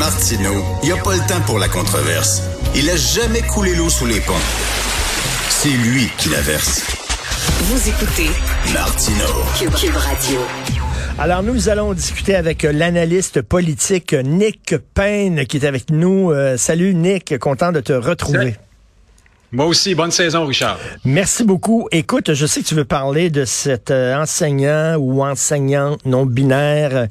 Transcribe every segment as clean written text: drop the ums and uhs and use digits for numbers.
Martineau, il n'y a pas le temps pour la controverse. Il a jamais coulé l'eau sous les ponts. C'est lui qui la verse. Vous écoutez Martineau, Cube Radio. Alors, nous allons discuter avec l'analyste politique Nick Payne qui est avec nous. Salut Nick, content de te retrouver. Moi aussi, bonne saison, Richard. Merci beaucoup. Écoute, je sais que tu veux parler de cet enseignant ou enseignante non-binaire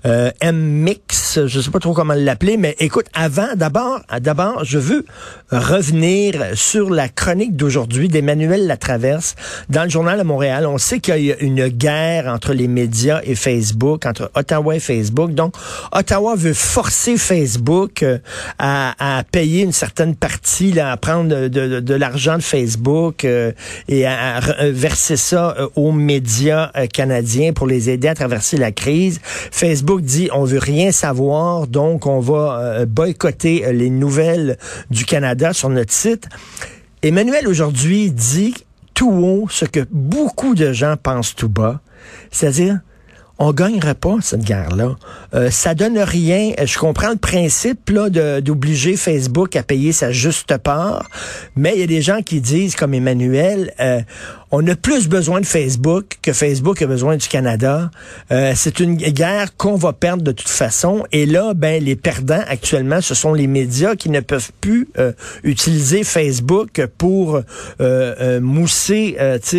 M-Mix, je sais pas trop comment l'appeler, mais écoute, d'abord, je veux revenir sur la chronique d'aujourd'hui d'Emmanuel Latraverse dans le Journal de Montréal. On sait qu'il y a une guerre entre les médias et Facebook, entre Ottawa et Facebook. Donc, Ottawa veut forcer Facebook à payer une certaine partie, là, à prendre de l'argent de Facebook et à verser ça aux médias canadiens pour les aider à traverser la crise. Facebook dit on veut rien savoir, donc on va boycotter les nouvelles du Canada sur notre site. Emmanuel aujourd'hui dit tout haut ce que beaucoup de gens pensent tout bas, c'est-à-dire on gagnerait pas cette guerre-là. Ça donne rien. Je comprends le principe là d'obliger Facebook à payer sa juste part, mais il y a des gens qui disent, comme Emmanuel, on a plus besoin de Facebook que Facebook a besoin du Canada. C'est une guerre qu'on va perdre de toute façon. Et là, les perdants actuellement, ce sont les médias qui ne peuvent plus utiliser Facebook pour mousser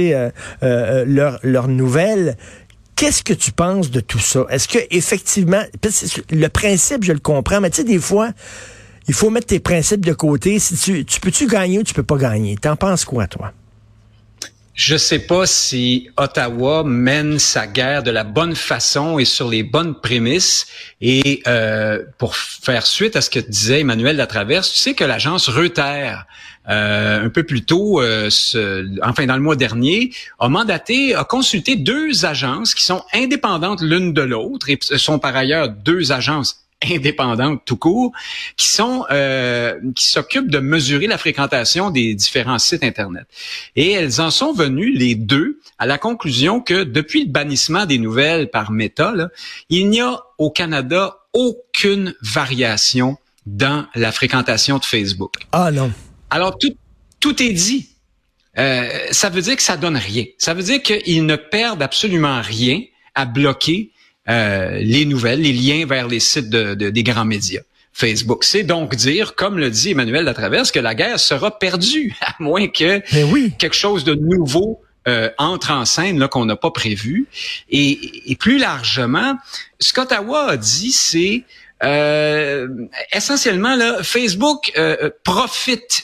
leurs nouvelles. Qu'est-ce que tu penses de tout ça? Est-ce que effectivement, le principe, je le comprends, mais tu sais, des fois, il faut mettre tes principes de côté. Si tu peux-tu gagner ou tu peux pas gagner? T'en penses quoi, toi? Je sais pas si Ottawa mène sa guerre de la bonne façon et sur les bonnes prémices. Et pour faire suite à ce que disait Emmanuel Latraverse, tu sais que l'agence Reuters, un peu plus tôt, dans le mois dernier, a consulté deux agences qui sont indépendantes l'une de l'autre et sont par ailleurs deux agences indépendantes tout court, qui s'occupent de mesurer la fréquentation des différents sites Internet. Et elles en sont venues, les deux, à la conclusion que depuis le bannissement des nouvelles par Meta, il n'y a au Canada aucune variation dans la fréquentation de Facebook. Ah non. Alors, tout est dit. Ça veut dire que ça donne rien. Ça veut dire qu'ils ne perdent absolument rien à bloquer les nouvelles, les liens vers les sites des grands médias. Facebook. C'est donc dire, comme le dit Emmanuel Latraverse, que la guerre sera perdue, à moins que quelque chose de nouveau entre en scène là qu'on n'a pas prévu. Et plus largement, ce qu'Ottawa a dit, c'est essentiellement là, Facebook profite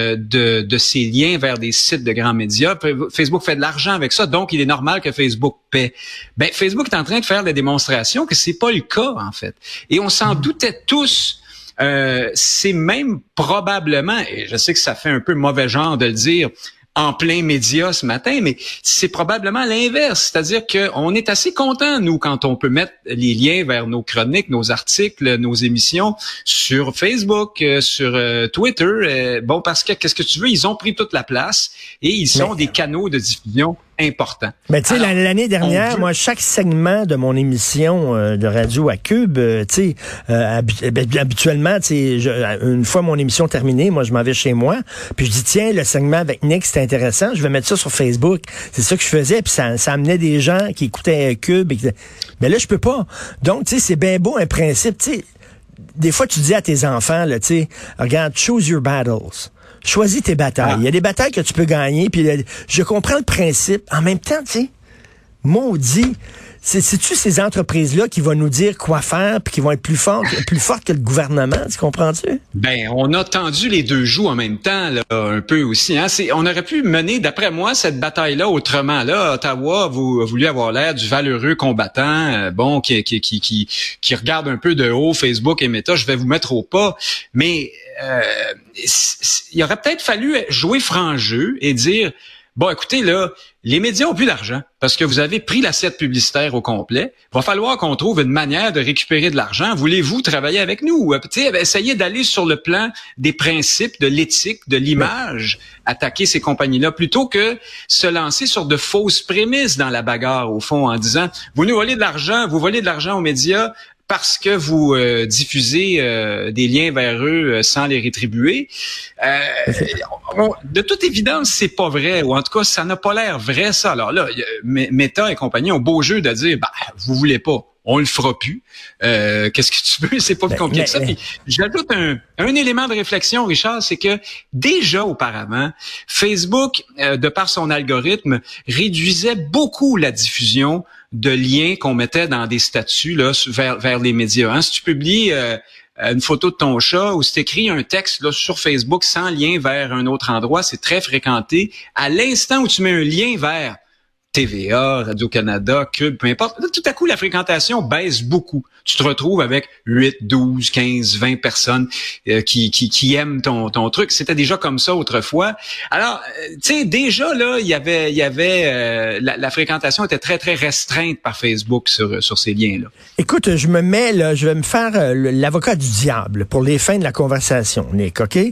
de ces liens vers des sites de grands médias. Facebook fait de l'argent avec ça, donc il est normal que Facebook paie. Facebook est en train de faire la démonstration que c'est pas le cas en fait. Et on s'en doutait tous. C'est même probablement, et je sais que ça fait un peu mauvais genre de le dire en plein média ce matin, mais c'est probablement l'inverse. C'est-à-dire qu'on est assez content, nous, quand on peut mettre les liens vers nos chroniques, nos articles, nos émissions sur Facebook, sur Twitter. Parce que, qu'est-ce que tu veux, ils ont pris toute la place et ils sont des canaux de diffusion importants. Mais tu sais, l'année dernière, moi, chaque segment de mon émission de radio à Cube, habituellement, une fois mon émission terminée, moi, je m'en vais chez moi, puis je dis, tiens, le segment avec Nick, c'est intéressant, je vais mettre ça sur Facebook. C'est ça que je faisais, puis ça amenait des gens qui écoutaient Cube. Mais là, je peux pas. Donc, tu sais, c'est bien beau un principe. Tu sais, des fois, tu dis à tes enfants, là, tu sais, regarde, choose your battles. Choisis tes batailles. Il y a des batailles que tu peux gagner, puis je comprends le principe. En même temps, tu sais, maudit, c'est-tu ces entreprises-là qui vont nous dire quoi faire, puis qui vont être plus fortes que le gouvernement, tu comprends-tu? On a tendu les deux joues en même temps, là, un peu aussi. Hein? On aurait pu mener, d'après moi, cette bataille-là autrement. Là, Ottawa a voulu avoir l'air du valeureux combattant, qui regarde un peu de haut Facebook et Meta. Je vais vous mettre au pas, mais il aurait peut-être fallu jouer franc jeu et dire, écoutez, là, les médias ont plus d'argent parce que vous avez pris l'assiette publicitaire au complet. Il va falloir qu'on trouve une manière de récupérer de l'argent. Voulez-vous travailler avec nous? Essayez d'aller sur le plan des principes, de l'éthique, de l'image, attaquer ces compagnies-là, plutôt que se lancer sur de fausses prémices dans la bagarre, au fond, en disant, vous nous volez de l'argent, vous volez de l'argent aux médias, parce que vous diffusez des liens vers eux sans les rétribuer. De toute évidence, c'est pas vrai, ou en tout cas, ça n'a pas l'air vrai, ça. Alors là, Meta et compagnie ont beau jeu de dire, vous voulez pas, on le fera plus. Qu'est-ce que tu veux? C'est pas plus compliqué que ça. Puis, j'ajoute un élément de réflexion, Richard, c'est que déjà auparavant, Facebook, de par son algorithme, réduisait beaucoup la diffusion de liens qu'on mettait dans des statuts là vers les médias. Hein? Si tu publies une photo de ton chat ou si tu écris un texte là, sur Facebook sans lien vers un autre endroit, c'est très fréquenté. À l'instant où tu mets un lien vers TVA, Radio-Canada, Cube, peu importe, là, tout à coup, la fréquentation baisse beaucoup. Tu te retrouves avec 8, 12, 15, 20 personnes qui aiment ton truc. C'était déjà comme ça autrefois. Alors, tu sais, déjà, là, il y avait la fréquentation était très, très restreinte par Facebook sur ces liens-là. Écoute, je vais me faire l'avocat du diable pour les fins de la conversation, Nick, OK?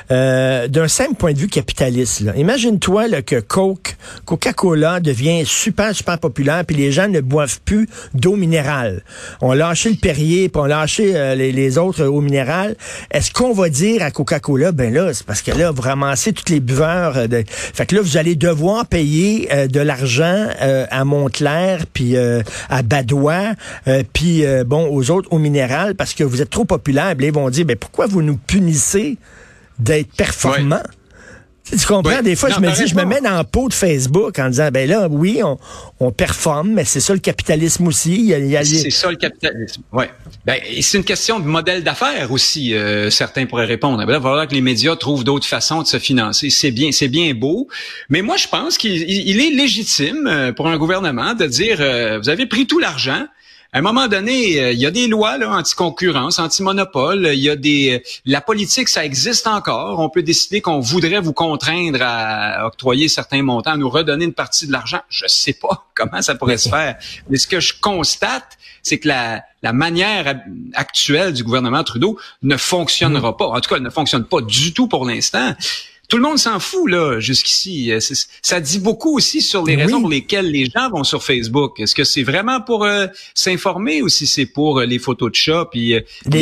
D'un simple point de vue capitaliste, là. Imagine-toi là, que Coca-Cola devient super, super populaire, puis les gens ne boivent plus d'eau minérale. On lâché le Perrier, puis on lâché les autres eaux minérales. Est-ce qu'on va dire à Coca-Cola, ben là, c'est parce que là, vous ramassez tous les buveurs. Fait que là, vous allez devoir payer de l'argent à Montclair, puis à Badois, puis bon, aux autres eaux minérales, parce que vous êtes trop populaires. Puis ils vont dire, ben pourquoi vous nous punissez d'être performants? Ouais. Tu comprends? Des fois, je me mets dans le pot de Facebook en disant, ben là, oui, on performe, mais c'est ça le capitalisme aussi. C'est ça le capitalisme, oui. Ben, c'est une question de modèle d'affaires aussi, certains pourraient répondre. Ben là, il va falloir que les médias trouvent d'autres façons de se financer. C'est bien beau, mais moi, je pense qu'il est légitime pour un gouvernement de dire, vous avez pris tout l'argent. À un moment donné, il y a des lois là, anti-concurrence, anti-monopole. Il y a la politique, ça existe encore. On peut décider qu'on voudrait vous contraindre à octroyer certains montants, à nous redonner une partie de l'argent. Je sais pas comment ça pourrait se faire. Mais ce que je constate, c'est que la manière actuelle du gouvernement Trudeau ne fonctionnera pas. En tout cas, elle ne fonctionne pas du tout pour l'instant. Tout le monde s'en fout, là, jusqu'ici. Ça dit beaucoup aussi sur les raisons pour lesquelles les gens vont sur Facebook. Est-ce que c'est vraiment pour s'informer ou si c'est pour les photos de chats puis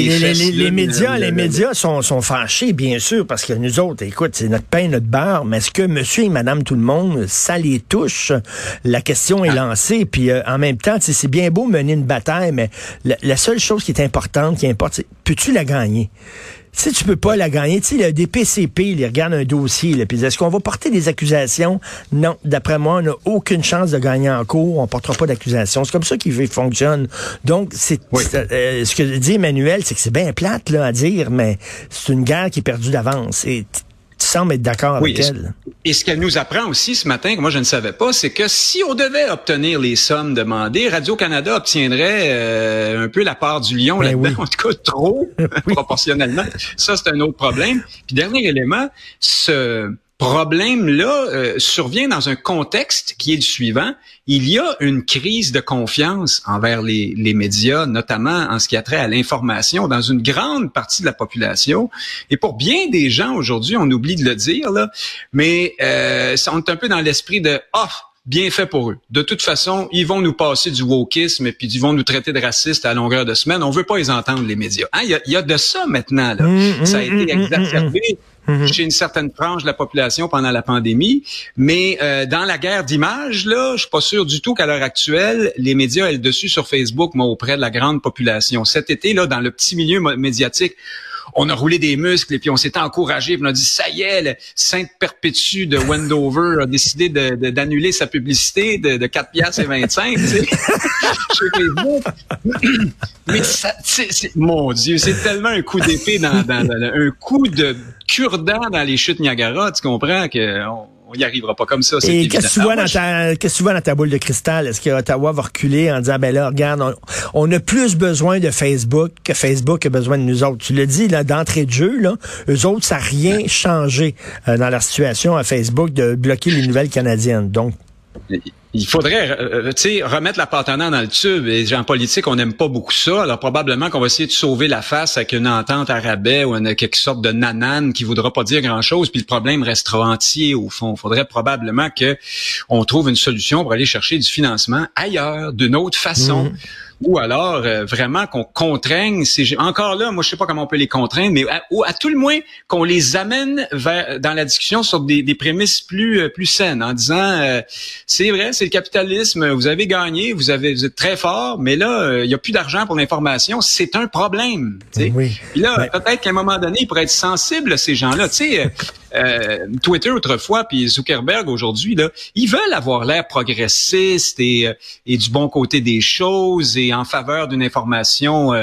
les médias sont fâchés, bien sûr, parce que nous autres, écoute, c'est notre pain, notre beurre, mais est-ce que monsieur et madame tout le monde, ça les touche? La question est lancée, puis en même temps, c'est bien beau mener une bataille, mais la seule chose qui importe, c'est peux-tu la gagner? Si tu peux pas la gagner, tu sais, des PCP, ils regardent un dossier, là, puis est-ce qu'on va porter des accusations? Non, d'après moi, on n'a aucune chance de gagner en cours, on portera pas d'accusation. C'est comme ça qu'il fonctionne. Donc, ce que dit Emmanuel, c'est que c'est bien plate là à dire, mais c'est une guerre qui est perdue d'avance. Et tu sembles être d'accord avec elle. Et ce qu'elle nous apprend aussi ce matin, que moi je ne savais pas, c'est que si on devait obtenir les sommes demandées, Radio-Canada obtiendrait un peu la part du lion là-dedans, en tout cas trop, proportionnellement. Ça, c'est un autre problème. Puis dernier élément, ce problème-là survient dans un contexte qui est le suivant. Il y a une crise de confiance envers les médias, notamment en ce qui a trait à l'information, dans une grande partie de la population. Et pour bien des gens aujourd'hui, on oublie de le dire, là, mais on est un peu dans l'esprit de bien fait pour eux. De toute façon, ils vont nous passer du wokisme et puis ils vont nous traiter de racistes à longueur de semaine. On veut pas les entendre, les médias. Hein? Il y a de ça maintenant, là. Ça a été exacerbé chez une certaine frange de la population pendant la pandémie. Mais dans la guerre d'images, là, je suis pas sûr du tout qu'à l'heure actuelle, les médias aient le dessus sur Facebook, mais auprès de la grande population. Cet été, là, dans le petit milieu médiatique, on a roulé des muscles et puis on s'est encouragé. On a dit, ça y est, le Sainte Perpétue de Wendover a décidé d'annuler sa publicité de 4,25 $. Chez Facebook. Mais ça, mon Dieu, c'est tellement un coup d'épée un coup de cure-dent dans les chutes Niagara, tu comprends on n'y arrivera pas comme ça. Et qu'est-ce que tu vois dans ta boule de cristal? Est-ce que Ottawa va reculer en disant, ben là, regarde, on a plus besoin de Facebook que Facebook a besoin de nous autres? Tu l'as dit, là, d'entrée de jeu, là, eux autres, ça n'a rien changé dans leur situation à Facebook de bloquer les nouvelles canadiennes. Donc, il faudrait remettre la partenaire dans le tube. Et les gens politiques, on n'aime pas beaucoup ça. Alors probablement qu'on va essayer de sauver la face avec une entente à rabais ou quelque sorte de nanane qui voudra pas dire grand-chose, puis le problème restera entier au fond. Il faudrait probablement que on trouve une solution pour aller chercher du financement ailleurs, d'une autre façon. ou alors vraiment qu'on contraigne encore là, moi je sais pas comment on peut les contraindre, mais à tout le moins qu'on les amène dans la discussion sur des prémices plus saines, en disant c'est vrai, c'est le capitalisme, vous avez gagné, vous êtes très fort, mais là il y a plus d'argent pour l'information, c'est un problème. Oui. Puis là, peut-être qu'à un moment donné, ils pourraient être sensibles ces gens-là. Tu sais, Twitter autrefois, puis Zuckerberg aujourd'hui, là, ils veulent avoir l'air progressiste et du bon côté des choses et en faveur d'une information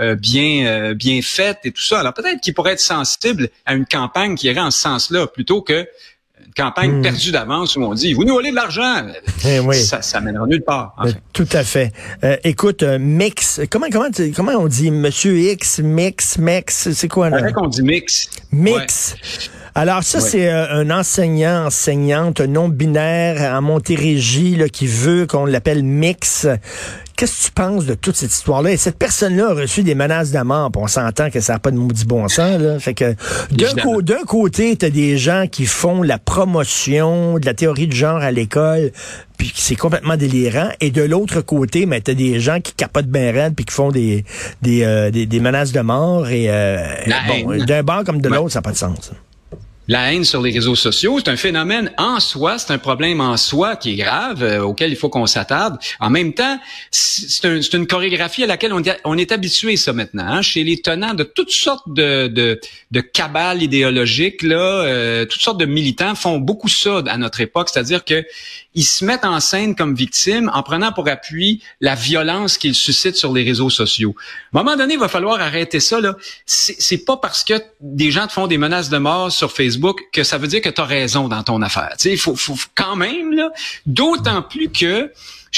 bien faite et tout ça. Alors peut-être qu'ils pourraient être sensibles à une campagne qui irait en ce sens-là, plutôt que une campagne perdue d'avance où on dit « vous nous volez de l'argent ». Ça mènera nulle part. En fait. Tout à fait. Écoute, Mix, comment on dit Monsieur X, Mix, c'est quoi là? C'est vrai qu'on dit Mix. Mix. Ouais. Alors ça, c'est un enseignante non-binaire à Montérégie là, qui veut qu'on l'appelle Mix. Qu'est-ce que tu penses de toute cette histoire-là? Et cette personne-là a reçu des menaces de mort, puis on s'entend que ça n'a pas de maudit bon sens, là. Fait que d'un côté, t'as des gens qui font la promotion de la théorie du genre à l'école, puis c'est complètement délirant. Et de l'autre côté, mais t'as des gens qui capotent bien raide, puis qui font des menaces de mort. Et d'un bord comme de l'autre, ça n'a pas de sens. La haine sur les réseaux sociaux, c'est un phénomène en soi, c'est un problème en soi qui est grave, auquel il faut qu'on s'attarde. En même temps, c'est une chorégraphie à laquelle on est habitué, ça maintenant, hein, chez les tenants de toutes sortes de cabales idéologiques, là, toutes sortes de militants font beaucoup ça à notre époque, c'est-à-dire que ils se mettent en scène comme victimes en prenant pour appui la violence qu'ils suscitent sur les réseaux sociaux. À un moment donné, il va falloir arrêter ça, là. C'est pas parce que des gens te font des menaces de mort sur Facebook que ça veut dire que tu as raison dans ton affaire. Tu sais, il faut quand même, là, d'autant plus que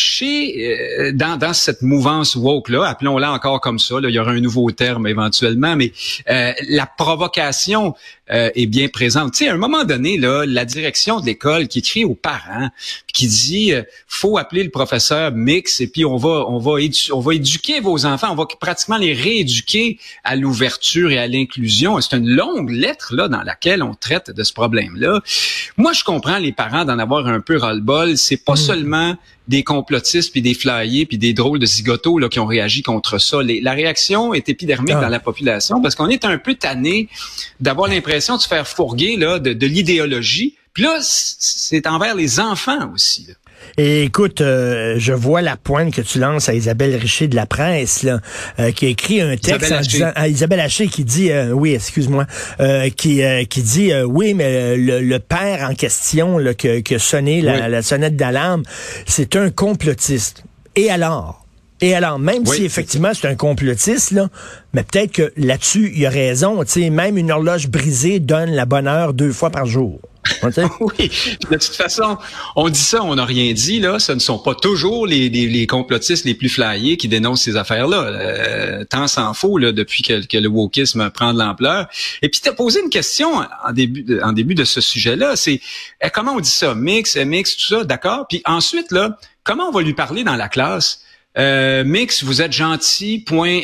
dans cette mouvance woke-là, appelons-la encore comme ça, là, il y aura un nouveau terme éventuellement, mais la provocation est bien présente. Tu sais, à un moment donné, là, la direction de l'école qui écrit aux parents, qui dit faut appeler le professeur Mix et puis on va éduquer vos enfants, on va pratiquement les rééduquer à l'ouverture et à l'inclusion. C'est une longue lettre là dans laquelle on traite de ce problème-là. Moi, je comprends les parents d'en avoir un peu ras-le-bol. C'est pas seulement des complotistes puis des flyers puis des drôles de zigotos là qui ont réagi contre ça. La réaction est épidermique dans la population parce qu'on est un peu tanné d'avoir l'impression de se faire fourguer là de l'idéologie. Puis là, c'est envers les enfants aussi, là. Et écoute, je vois la pointe que tu lances à Isabelle Richer de la presse, là, qui a écrit un texte en disant à Isabelle Haché qui dit oui, excuse-moi, qui dit oui, mais le père en question là, qui a sonné la sonnette d'alarme, c'est un complotiste. Et alors, même si effectivement c'est un complotiste, là, mais peut-être que là-dessus, il a raison. Tu sais, même une horloge brisée donne la bonne heure 2 fois par jour. Oui, de toute façon, on dit ça, on n'a rien dit, là. Ce ne sont pas toujours les complotistes les plus flyés qui dénoncent ces affaires-là. Tant s'en faut, là, depuis que le wokisme prend de l'ampleur. Et puis, tu as posé une question en début de ce sujet-là, c'est comment on dit ça? Mix, tout ça, d'accord? Puis ensuite, là, comment on va lui parler dans la classe? Mix, vous êtes gentil,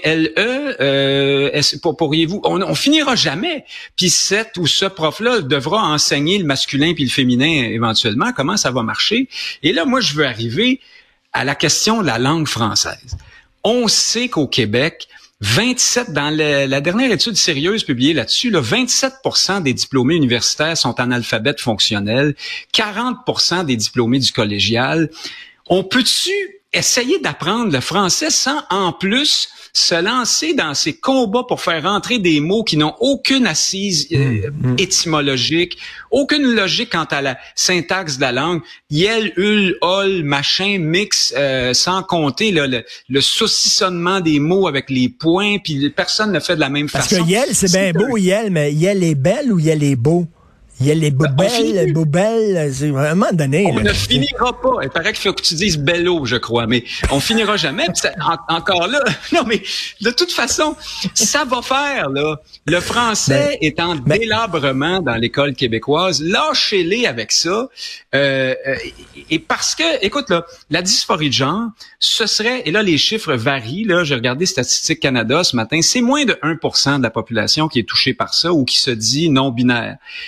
.le, pourriez-vous, on finira jamais. Puis ce prof-là devra enseigner le masculin puis le féminin éventuellement. Comment ça va marcher? Et là, moi, je veux arriver à la question de la langue française. On sait qu'au Québec, 27, dans la dernière étude sérieuse publiée là-dessus, là, 27% des diplômés universitaires sont analphabètes fonctionnels, 40% des diplômés du collégial. On peut-tu essayer d'apprendre le français sans, en plus, se lancer dans ces combats pour faire rentrer des mots qui n'ont aucune assise étymologique, aucune logique quant à la syntaxe de la langue. Yel, ul, ol, machin, mix, sans compter là, le saucissonnement des mots avec les points, puis personne ne fait de la même façon. Parce que yel, c'est bien beau, yel, mais yel est belle ou yel est beau? Il y a les boubelles, à un moment donné. On ne finira pas. Il paraît qu'il faut que tu dises bello, je crois, mais on finira jamais. Encore là, non, mais de toute façon, ça va faire, là. Le français est en délabrement dans l'école québécoise. Lâchez-les avec ça. Et parce que, écoute, là, la dysphorie de genre, ce serait, et là, les chiffres varient, là, j'ai regardé Statistique Canada ce matin, c'est moins de 1% de la population qui est touchée par ça ou qui se dit non-binaire.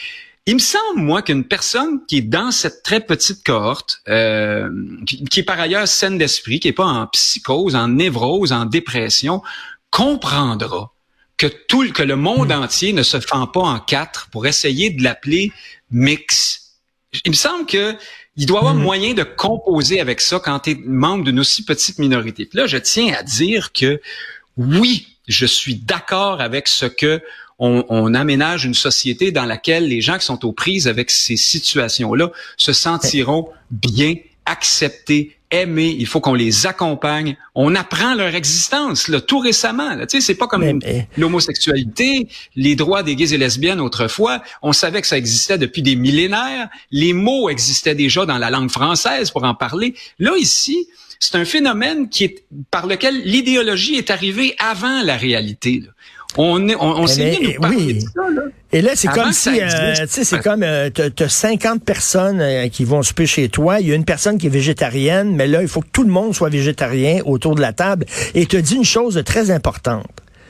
il me semble, moi, qu'une personne qui est dans cette très petite cohorte, qui est par ailleurs saine d'esprit, qui est pas en psychose, en névrose, en dépression, comprendra que le monde entier ne se fend pas en quatre pour essayer de l'appeler mix. Il me semble que il doit y avoir moyen de composer avec ça quand tu es membre d'une aussi petite minorité. Puis là, je tiens à dire que oui, je suis d'accord avec ce que on aménage une société dans laquelle les gens qui sont aux prises avec ces situations-là se sentiront bien, acceptés, aimés. Il faut qu'on les accompagne. On apprend leur existence, là, tout récemment. Là. Tu sais, c'est pas comme l'homosexualité, les droits des gays et lesbiennes autrefois. On savait que ça existait depuis des millénaires. Les mots existaient déjà dans la langue française pour en parler. Là, ici, c'est un phénomène par lequel l'idéologie est arrivée avant la réalité. Là. On s'est mis à nous parler de ça, là. Et là, c'est comme si, tu sais, c'est comme, t'as 50 personnes qui vont souper chez toi. Il y a une personne qui est végétarienne, mais là, il faut que tout le monde soit végétarien autour de la table. Et tu as dit une chose de très importante.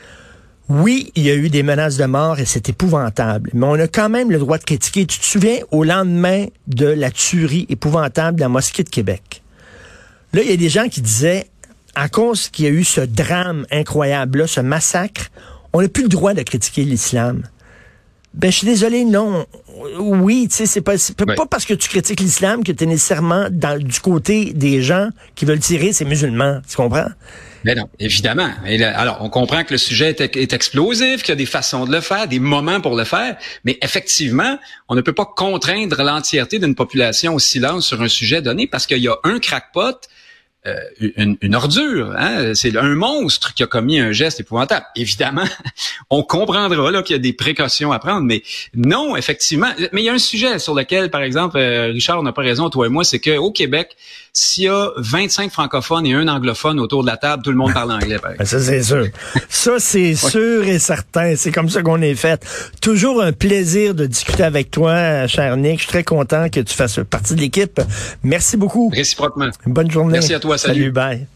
Oui, il y a eu des menaces de mort et c'est épouvantable, mais on a quand même le droit de critiquer. Tu te souviens, au lendemain de la tuerie épouvantable de la mosquée de Québec, là, il y a des gens qui disaient, à cause qu'il y a eu ce drame incroyable-là, ce massacre, on n'a plus le droit de critiquer l'islam. Ben, je suis désolé, non. Oui, tu sais, c'est pas parce que tu critiques l'islam que tu es nécessairement du côté des gens qui veulent tirer ces musulmans. Tu comprends? Mais non, évidemment. Alors, on comprend que le sujet est explosif, qu'il y a des façons de le faire, des moments pour le faire, mais effectivement, on ne peut pas contraindre l'entièreté d'une population au silence sur un sujet donné parce qu'il y a un crackpot, une ordure, hein? C'est un monstre qui a commis un geste épouvantable. Évidemment, on comprendra là qu'il y a des précautions à prendre, mais non, effectivement. Mais il y a un sujet sur lequel, par exemple, Richard, on n'a pas raison, toi et moi, c'est qu'au Québec, s'il y a 25 francophones et un anglophone autour de la table, tout le monde parle anglais. Par exemple. Ça, c'est sûr. Ça, c'est sûr et certain. C'est comme ça qu'on est fait. Toujours un plaisir de discuter avec toi, cher Nick. Je suis très content que tu fasses partie de l'équipe. Merci beaucoup. Réciproquement. Bonne journée. Merci à toi. Salut, bye.